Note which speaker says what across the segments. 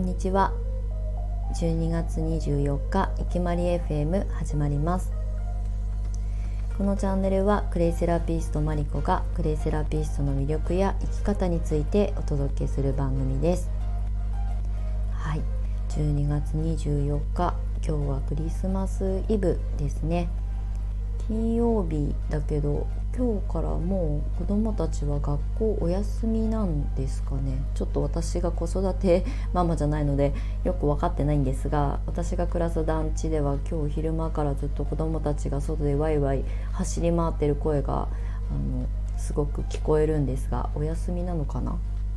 Speaker 1: にちは。12月24日いきまり FM 始まります。このチャンネルはクレイセラピストマリコがクレイセラピストの魅力や生き方についてお届けする番組です。はい、12月24日、今日はクリスマスイブですね。金曜日だけど今日からもう子どもたちは学校お休みなんですかね。ちょっと私が子育てママじゃないのでよく分かってないんですが、私が暮らす団地では今日昼間からずっと子どもたちが外でワイワイ走り回ってる声がすごく聞こえるんですが、お休みなのかな。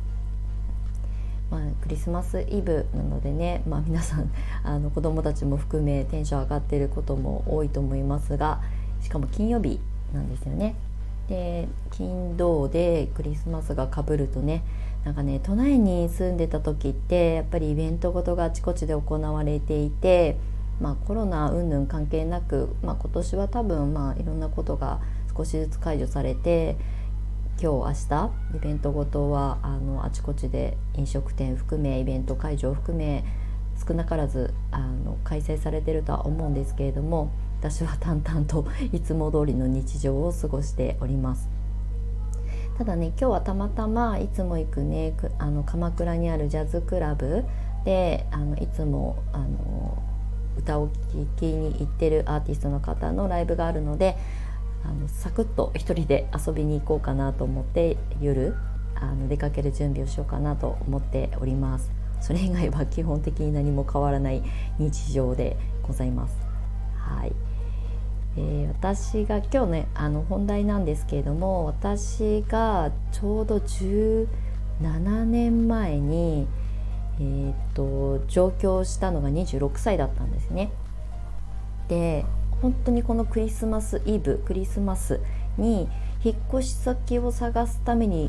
Speaker 1: クリスマスイブなのでね、皆さん子どもたちも含めテンション上がっていることも多いと思いますが、しかも金曜日なんですよね。で、金土でクリスマスが被るとね、都内に住んでた時ってやっぱりイベントごとがあちこちで行われていて、コロナ云々関係なく、今年は多分いろんなことが少しずつ解除されて、今日明日イベントごとはあちこちで飲食店含めイベント会場含め少なからず開催されているとは思うんですけれども、私は淡々といつも通りの日常を過ごしております。ただね、今日はたまたまいつも行くね鎌倉にあるジャズクラブでいつも歌を聴きに行ってるアーティストの方のライブがあるので、サクッと一人で遊びに行こうかなと思って夜出かける準備をしようかなと思っております。それ以外は基本的に何も変わらない日常でございます。はい。私が今日ね本題なんですけれども、私がちょうど17年前に上京したのが26歳だったんですね。で、本当にこのクリスマスイブ、クリスマスに引っ越し先を探すために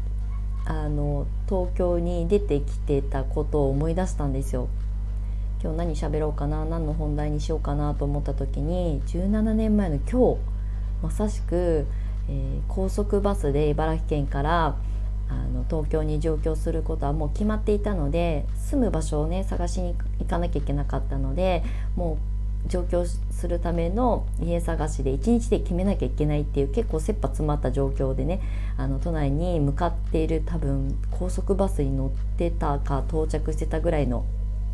Speaker 1: 東京に出てきてたことを思い出したんですよ。今日何喋ろうかな、何の本題にしようかなと思った時に、17年前の今日まさしく、高速バスで茨城県から東京に上京することはもう決まっていたので、住む場所をね探しに行かなきゃいけなかったので、もう上京するための家探しで1日で決めなきゃいけないっていう結構切羽詰まった状況でね、都内に向かっている、多分高速バスに乗ってたか到着してたぐらいの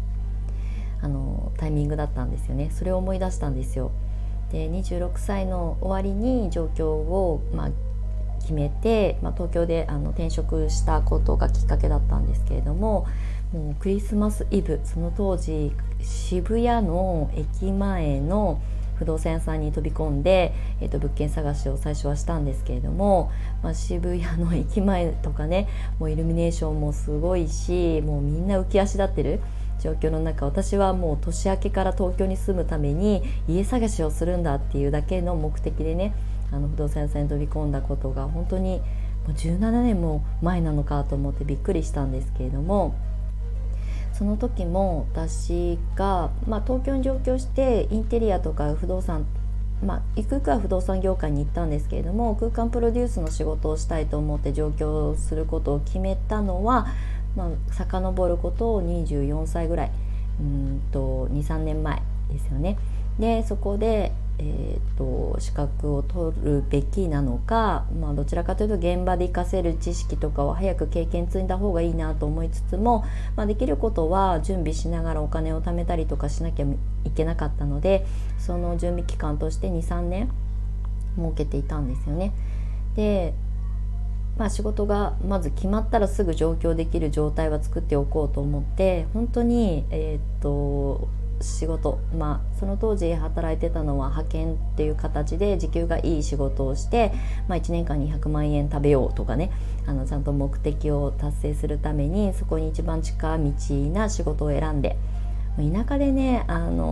Speaker 1: タイミングだったんですよね。それを思い出したんですよ。で、26歳の終わりに上京を、決めて、東京で転職したことがきっかけだったんですけれども、もうクリスマスイブ、その当時渋谷の駅前の不動産屋さんに飛び込んで、物件探しを最初はしたんですけれども、渋谷の駅前とかね、もうイルミネーションもすごいし、もうみんな浮き足立ってる状況の中、私はもう年明けから東京に住むために家探しをするんだっていうだけの目的でね、不動産屋さんに飛び込んだことが本当にもう17年も前なのかと思ってびっくりしたんですけれども、その時も私が、東京に上京してインテリアとか不動産、ゆくゆくは不動産業界に行ったんですけれども、空間プロデュースの仕事をしたいと思って上京することを決めたのは、遡ることを24歳ぐらい、2、3年前ですよね。で、そこで、資格を取るべきなのか、どちらかというと現場で活かせる知識とかを早く経験積んだ方がいいなと思いつつも、できることは準備しながらお金を貯めたりとかしなきゃいけなかったので、その準備期間として2、3年設けていたんですよね。で、仕事がまず決まったらすぐ上京できる状態は作っておこうと思って、本当に仕事、その当時働いてたのは派遣っていう形で時給がいい仕事をして、1年間に100万円食べようとかね、ちゃんと目的を達成するためにそこに一番近道な仕事を選んで、田舎でね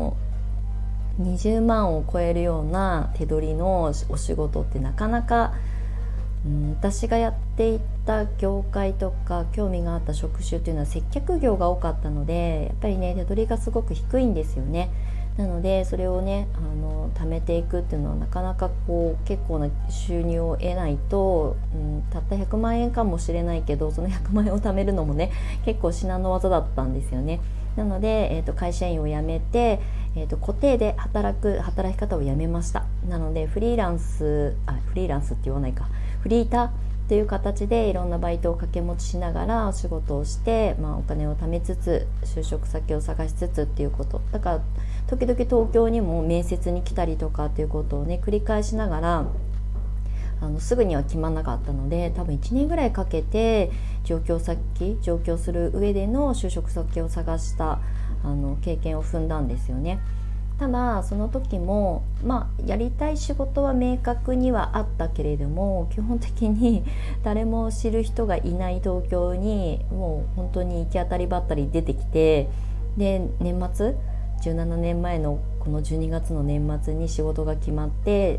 Speaker 1: 20万を超えるような手取りのお仕事ってなかなか私がやっていた業界とか興味があった職種っていうのは接客業が多かったので、やっぱりね手取りがすごく低いんですよね。 なのでそれをね貯めていくっていうのはなかなか結構な収入を得ないと、たった100万円かもしれないけど、その100万円を貯めるのもね結構至難の技だったんですよね。なので、会社員を辞めて、固定で働き方をやめました。なのでフリーランスって言わないか、フリーターという形でいろんなバイトを掛け持ちしながらお仕事をして、お金を貯めつつ就職先を探しつつっていうことだから、時々東京にも面接に来たりとかっていうことをね繰り返しながら、すぐには決まんなかったので、多分1年ぐらいかけて上京する上での就職先を探した経験を踏んだんですよね。ただその時もやりたい仕事は明確にはあったけれども、基本的に誰も知る人がいない東京にもう本当に行き当たりばったり出てきて、で年末17年前のこの12月の年末に仕事が決まって、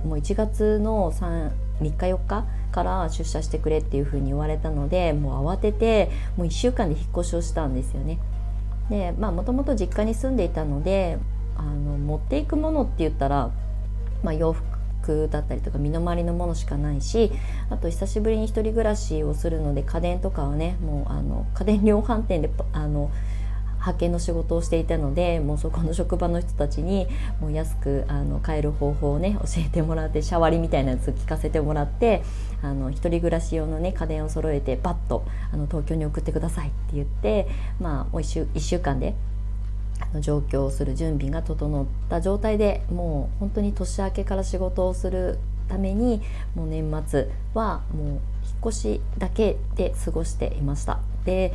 Speaker 1: もう1月の3日4日から出社してくれっていう風に言われたので、もう慌ててもう1週間で引っ越しをしたんですよね。でもともと実家に住んでいたので、持っていくものって言ったら、洋服だったりとか身の回りのものしかないし、あと久しぶりに一人暮らしをするので家電とかはね、もう家電量販店で派遣の仕事をしていたので、もうそこの職場の人たちにもう安く買える方法をね教えてもらって、シャワリみたいなやつ聞かせてもらって、一人暮らし用のね家電を揃えてバッと東京に送ってくださいって言って、1週間で上京する準備が整った状態で、もう本当に年明けから仕事をするために、もう年末はもう引っ越しだけで過ごしていました。で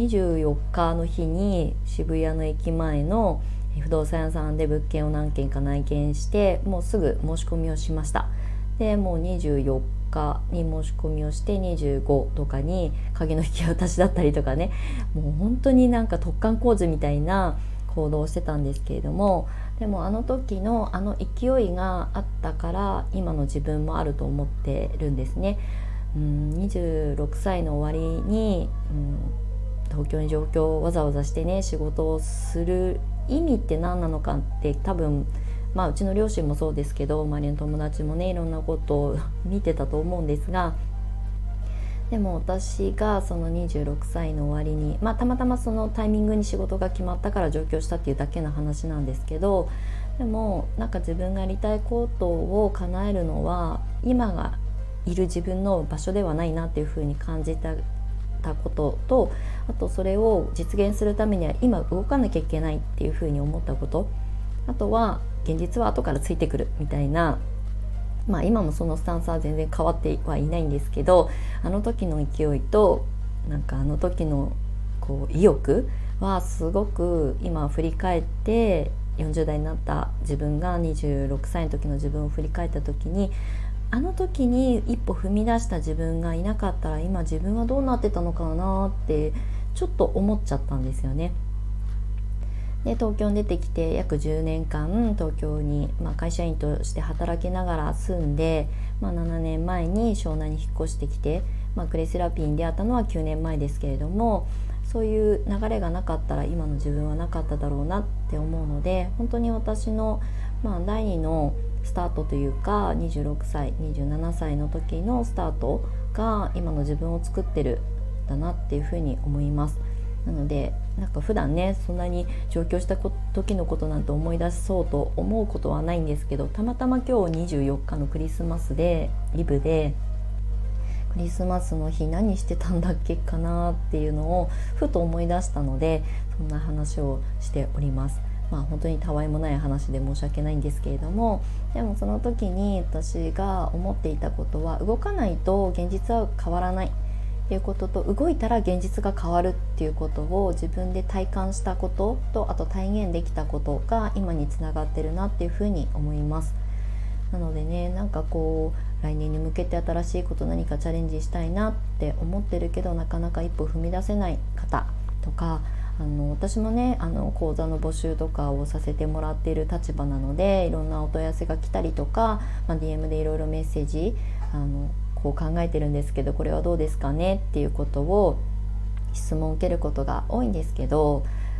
Speaker 1: 24日の日に渋谷の駅前の不動産屋さんで物件を何件か内見して、もうすぐ申し込みをしました。でもう24日に申し込みをして、25とかに鍵の引き渡しだったりとかね、もう本当になんか突貫工事みたいな行動をしてたんですけれども、でもあの時の勢いがあったから今の自分もあると思ってるんですね。26歳の終わりに、東京に上京をわざわざしてね仕事をする意味って何なのかって、多分うちの両親もそうですけど、周りの友達もねいろんなことを見てたと思うんですが、でも私がその26歳の終わりに、たまたまそのタイミングに仕事が決まったから上京したっていうだけの話なんですけど、でもなんか自分がやりたいことを叶えるのは今がいる自分の場所ではないなっていうふうに感じたことと、あとそれを実現するためには今動かなきゃいけないっていうふうに思ったこと、あとは現実は後からついてくるみたいな、今もそのスタンスは全然変わってはいないんですけど、あの時の勢いとなんかあの時の意欲はすごく今振り返って、40代になった自分が26歳の時の自分を振り返った時に、あの時に一歩踏み出した自分がいなかったら今自分はどうなってたのかなってちょっと思っちゃったんですよね。で東京に出てきて約10年間東京に、会社員として働きながら住んで、7年前に湘南に引っ越してきて、クレイセラピーに出会ったのは9年前ですけれども、そういう流れがなかったら今の自分はなかっただろうなって思うので、本当に私の、第2のスタートというか26歳27歳の時のスタートが今の自分を作ってるんだなっていうふうに思います。なのでなんか普段ねそんなに上京した時のことなんて思い出そうと思うことはないんですけど、たまたま今日24日のクリスマスでイブで、クリスマスの日何してたんだっけかなっていうのをふと思い出したので、そんな話をしております。本当にたわいもない話で申し訳ないんですけれども、でもその時に私が思っていたことは、動かないと現実は変わらないっていうことと、動いたら現実が変わるっていうことを自分で体感したことと、あと体現できたことが今につながってるなっていうふうに思います。なのでね、なんか来年に向けて新しいこと何かチャレンジしたいなって思ってるけど、なかなか一歩踏み出せない方とか、私もね講座の募集とかをさせてもらっている立場なので、いろんなお問い合わせが来たりとか、DM でいろいろメッセージ考えてるんですけど、これはどうですかねっていうことを質問を受けることが多いんですけど、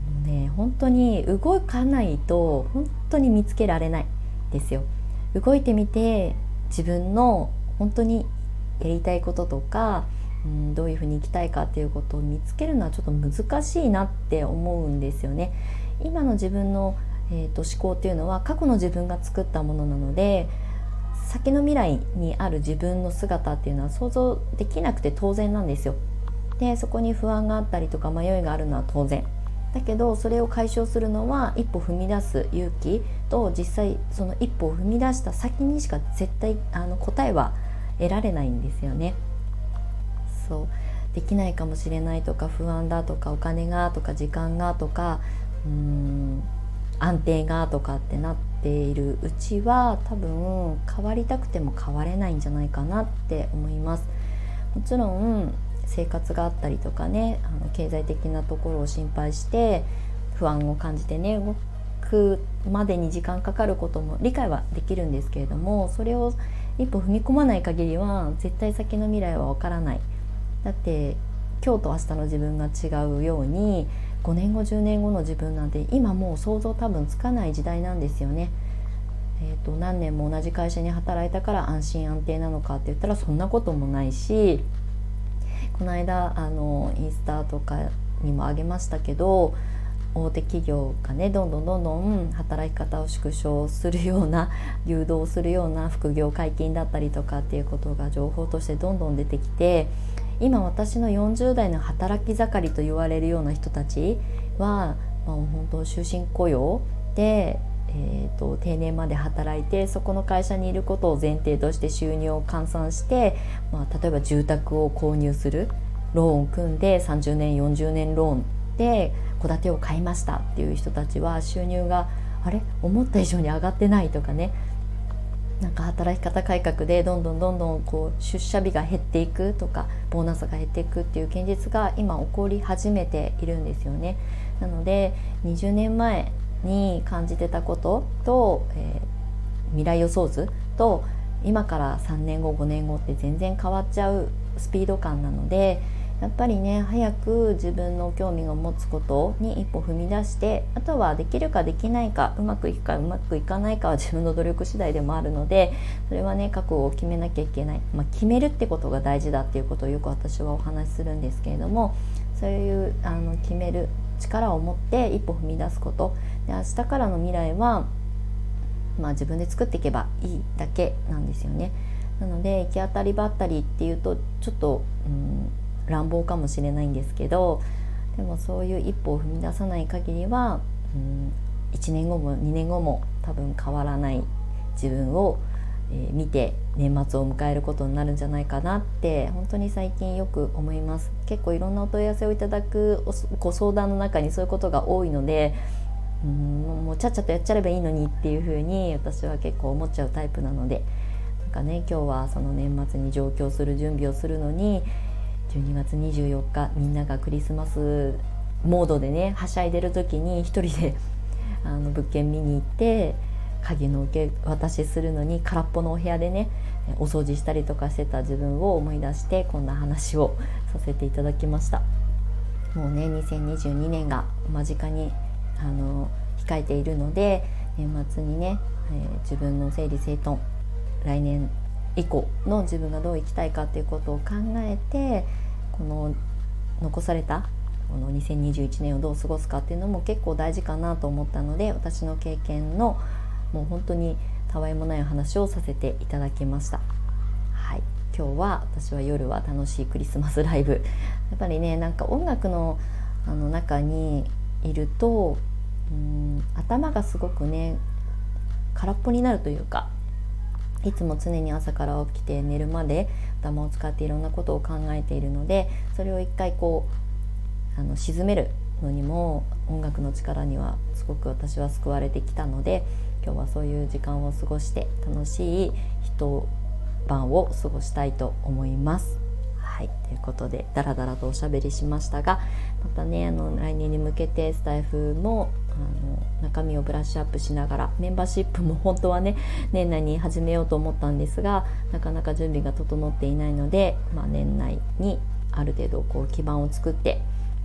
Speaker 1: 本当に動かないと本当に見つけられないですよ。動いてみて自分の本当にやりたいこととか、どういうふうに生きたいかっていうことを見つけるのはちょっと難しいなって思うんですよね。今の自分の、思考っていうのは過去の自分が作ったものなので、先の未来にある自分の姿っていうのは想像できなくて当然なんですよ。でそこに不安があったりとか迷いがあるのは当然だけど、それを解消するのは一歩踏み出す勇気と、実際その一歩を踏み出した先にしか絶対答えは得られないんですよね。そうできないかもしれないとか、不安だとか、お金がとか、時間がとか、安定がとかってなっているうちは、多分変わりたくても変われないんじゃないかなって思います。もちろん生活があったりとかね、経済的なところを心配して不安を感じてね、動くまでに時間かかることも理解はできるんですけれども、それを一歩踏み込まない限りは絶対先の未来はわからない。だって今日と明日の自分が違うように、5年後10年後の自分なんて今もう想像多分つかない時代なんですよね。何年も同じ会社に働いたから安心安定なのかって言ったらそんなこともないし、この間インスタとかにもあげましたけど、大手企業がねどんどん働き方を縮小するような、誘導するような副業解禁だったりとかっていうことが情報としてどんどん出てきて、今私の40代の働き盛りと言われるような人たちは、本当終身雇用で、定年まで働いて、そこの会社にいることを前提として収入を換算して、例えば住宅を購入する、ローンを組んで30年40年ローンで戸建てを買いましたっていう人たちは、収入が思った以上に上がってないとかね、なんか働き方改革でどんどんこう出社日が減っていくとか、ボーナスが減っていくっていう現実が今起こり始めているんですよね。なので20年前に感じてたことと、未来予想図と今から3年後5年後って全然変わっちゃうスピード感なので、やっぱりね、早く自分の興味を持つことに一歩踏み出して、あとはできるかできないか、うまくいくかうまくいかないかは自分の努力次第でもあるので、それはね覚悟を決めなきゃいけない、決めるってことが大事だっていうことをよく私はお話しするんですけれども、そういう決める力を持って一歩踏み出すことで、明日からの未来は自分で作っていけばいいだけなんですよね。なので行き当たりばったりっていうとちょっと乱暴かもしれないんですけど、でもそういう一歩を踏み出さない限りは、1年後も2年後も多分変わらない自分を、見て年末を迎えることになるんじゃないかなって本当に最近よく思います。結構いろんなお問い合わせをいただくご相談の中にそういうことが多いので、もうちゃっちゃとやっちゃえばいいのにっていう風に私は結構思っちゃうタイプなので、今日はその年末に上京する準備をするのに、12月24日みんながクリスマスモードでねはしゃいでる時に一人で物件見に行って鍵の受け渡しするのに空っぽのお部屋でねお掃除したりとかしてた自分を思い出して、こんな話をさせていただきました。もうね2022年が間近に控えているので、年末にね、自分の整理整頓、来年以降の自分がどう生きたいかっていうことを考えて、この残されたこの2021年をどう過ごすかっていうのも結構大事かなと思ったので、私の経験のもう本当にたわいもない話をさせていただきました。はい、今日は私は夜は楽しいクリスマスライブ、やっぱりねなんか音楽の中にいると頭がすごくね空っぽになるというか、いつも常に朝から起きて寝るまで頭を使っていろんなことを考えているので、それを一回沈めるのにも音楽の力にはすごく私は救われてきたので、今日はそういう時間を過ごして楽しい一晩を過ごしたいと思います。はい、ということでダラダラとおしゃべりしましたが、またね来年に向けてスタイフも中身をブラッシュアップしながら、メンバーシップも本当はね年内に始めようと思ったんですが、なかなか準備が整っていないので、年内にある程度基盤を作って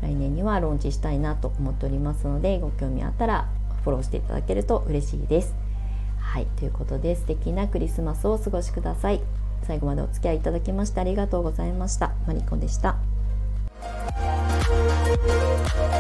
Speaker 1: 来年にはローンチしたいなと思っておりますので、ご興味あったらフォローしていただけると嬉しいです。はい、ということで素敵なクリスマスをお過ごしください。最後までお付き合いいただきましてありがとうございました。マリコでした。